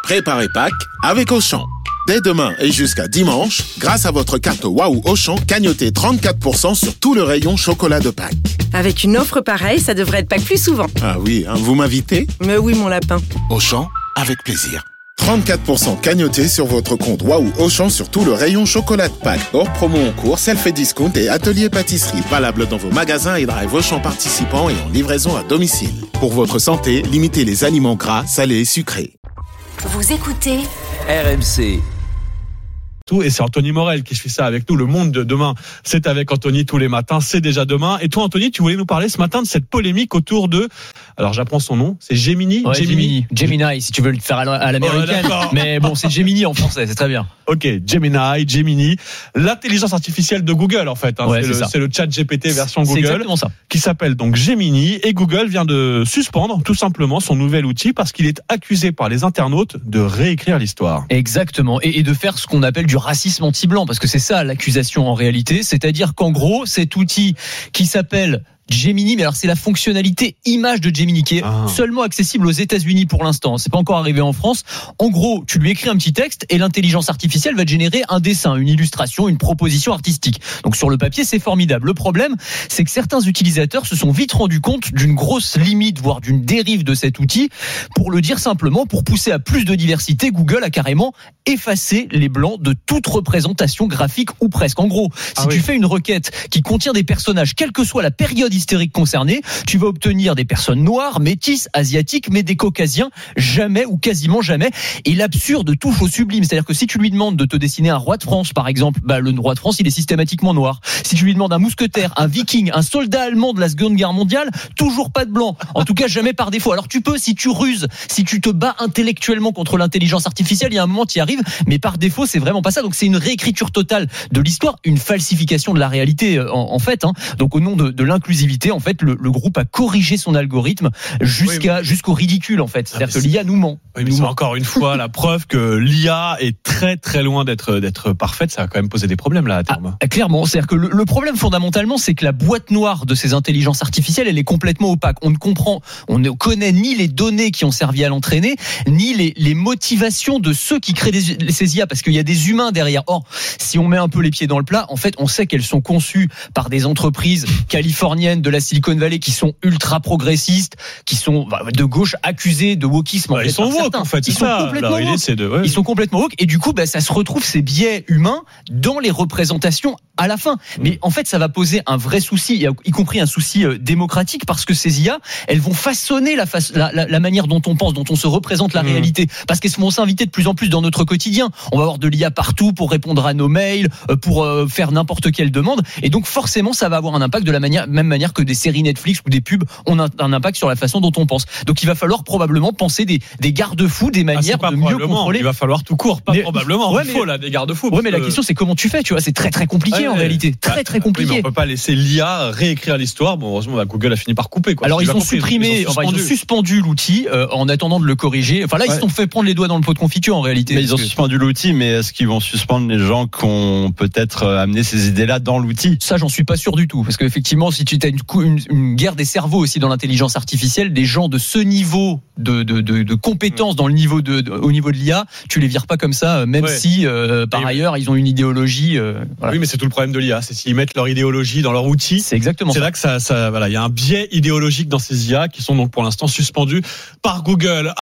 Préparez Pâques avec Auchan. Dès demain et jusqu'à dimanche, grâce à votre carte Waouh Auchan, cagnotez 34% sur tout le rayon chocolat de Pâques. Avec une offre pareille, ça devrait être Pâques plus souvent. Ah oui, vous m'invitez ? Mais oui, mon lapin. Auchan, avec plaisir. 34% cagnotés sur votre compte Waouh Auchan sur tout le rayon chocolat de Pâques. Hors promo en cours, self et discount et atelier pâtisserie. Valable dans vos magasins et drive Auchan participants et en livraison à domicile. Pour votre santé, limitez les aliments gras, salés et sucrés. Vous écoutez RMC. Et c'est Anthony Morel qui fait ça avec nous. Le monde de demain, c'est avec Anthony tous les matins. C'est déjà demain. Et toi, Anthony, tu voulais nous parler ce matin de cette polémique autour de... Alors, j'apprends son nom. C'est Gemini. Ouais, Gemini, si tu veux le faire à l'américaine. Mais bon, c'est Gemini en français, c'est très bien. Ok, Gemini. L'intelligence artificielle de Google, en fait. Ouais, c'est le chat GPT version Google. C'est exactement ça. Qui s'appelle donc Gemini. Et Google vient de suspendre tout simplement son nouvel outil parce qu'il est accusé par les internautes de réécrire l'histoire. Exactement. Et de faire ce qu'on appelle du racisme anti-blanc, parce que c'est ça l'accusation en réalité. C'est-à-dire qu'en gros, cet outil qui s'appelle Gemini, mais alors c'est la fonctionnalité image de Gemini qui est seulement accessible aux États-Unis pour l'instant. C'est pas encore arrivé en France. En gros, tu lui écris un petit texte et l'intelligence artificielle va te générer un dessin, une illustration, une proposition artistique. Donc sur le papier, c'est formidable. Le problème, c'est que certains utilisateurs se sont vite rendus compte d'une grosse limite, voire d'une dérive de cet outil. Pour le dire simplement, pour pousser à plus de diversité, Google a carrément effacé les blancs de toute représentation graphique ou presque. En gros, si tu fais une requête qui contient des personnages, quelle que soit la période historique concernée, tu vas obtenir des personnes noires, métisses, asiatiques, mais des caucasiens, jamais ou quasiment jamais. Et l'absurde touche au sublime. C'est-à-dire que si tu lui demandes de te dessiner un roi de France, par exemple, le roi de France, il est systématiquement noir. Si tu lui demandes un mousquetaire, un viking, un soldat allemand de la Seconde Guerre mondiale, toujours pas de blanc. En tout cas, jamais par défaut. Alors tu peux, si tu ruses, si tu te bats intellectuellement contre l'intelligence artificielle, il y a un moment tu y arrives, mais par défaut, c'est vraiment pas ça. Donc c'est une réécriture totale de l'histoire, une falsification de la réalité en fait. Donc au nom de l'inclusivité, en fait, le groupe a corrigé son algorithme jusqu'au ridicule, en fait. C'est-à-dire que l'IA nous ment. Oui, mais c'est encore une fois la preuve que l'IA est très très loin d'être parfaite. Ça va quand même poser des problèmes là à terme. Clairement, c'est-à-dire que le problème fondamentalement, c'est que la boîte noire de ces intelligences artificielles, elle est complètement opaque. On ne connaît ni les données qui ont servi à l'entraîner, ni les motivations de ceux qui créent ces IA, parce qu'il y a des humains derrière. Or, si on met un peu les pieds dans le plat, en fait, on sait qu'elles sont conçues par des entreprises californiennes de la Silicon Valley qui sont ultra progressistes, qui sont de gauche accusés de wokisme. Ils sont woke en fait. Ils sont complètement woke. Ils sont complètement woke et du coup, ça se retrouve ces biais humains dans les représentations à la fin. Mais en fait, ça va poser un vrai souci, y compris un souci démocratique, parce que ces IA, elles vont façonner la manière dont on pense, dont on se représente la réalité, parce qu'elles vont s'inviter de plus en plus dans notre quotidien. On va avoir de l'IA partout pour répondre à nos mails, pour faire n'importe quelle demande, et donc forcément, ça va avoir un impact de la même manière que des séries Netflix ou des pubs ont un impact sur la façon dont on pense. Donc il va falloir probablement penser des garde-fous, des manières de mieux contrôler. Il va falloir tout court, probablement. Il faut des garde-fous. Ouais, mais la question c'est comment tu fais, tu vois, c'est très très compliqué en réalité, très compliqué. Oui, mais on peut pas laisser l'IA réécrire l'histoire. Bon, heureusement, Google a fini par couper. Alors ils ont suspendu l'outil en attendant de le corriger. Enfin là, ils se sont fait prendre les doigts dans le pot de confiture en réalité. Mais ils ont suspendu l'outil, mais est-ce qu'ils vont suspendre les gens qui ont peut-être amené ces idées-là dans l'outil ? Ça, j'en suis pas sûr du tout, parce qu'effectivement, si tu as une guerre des cerveaux aussi dans l'intelligence artificielle, des gens de ce niveau de compétences au niveau de l'IA, tu les vires pas comme ça, même si par ailleurs ils ont une idéologie. Voilà. Oui, mais c'est tout le problème de l'IA, c'est s'ils mettent leur idéologie dans leur outil. C'est exactement. C'est là que ça, il y a un biais idéologique dans ces IA qui sont donc pour l'instant suspendus par Google.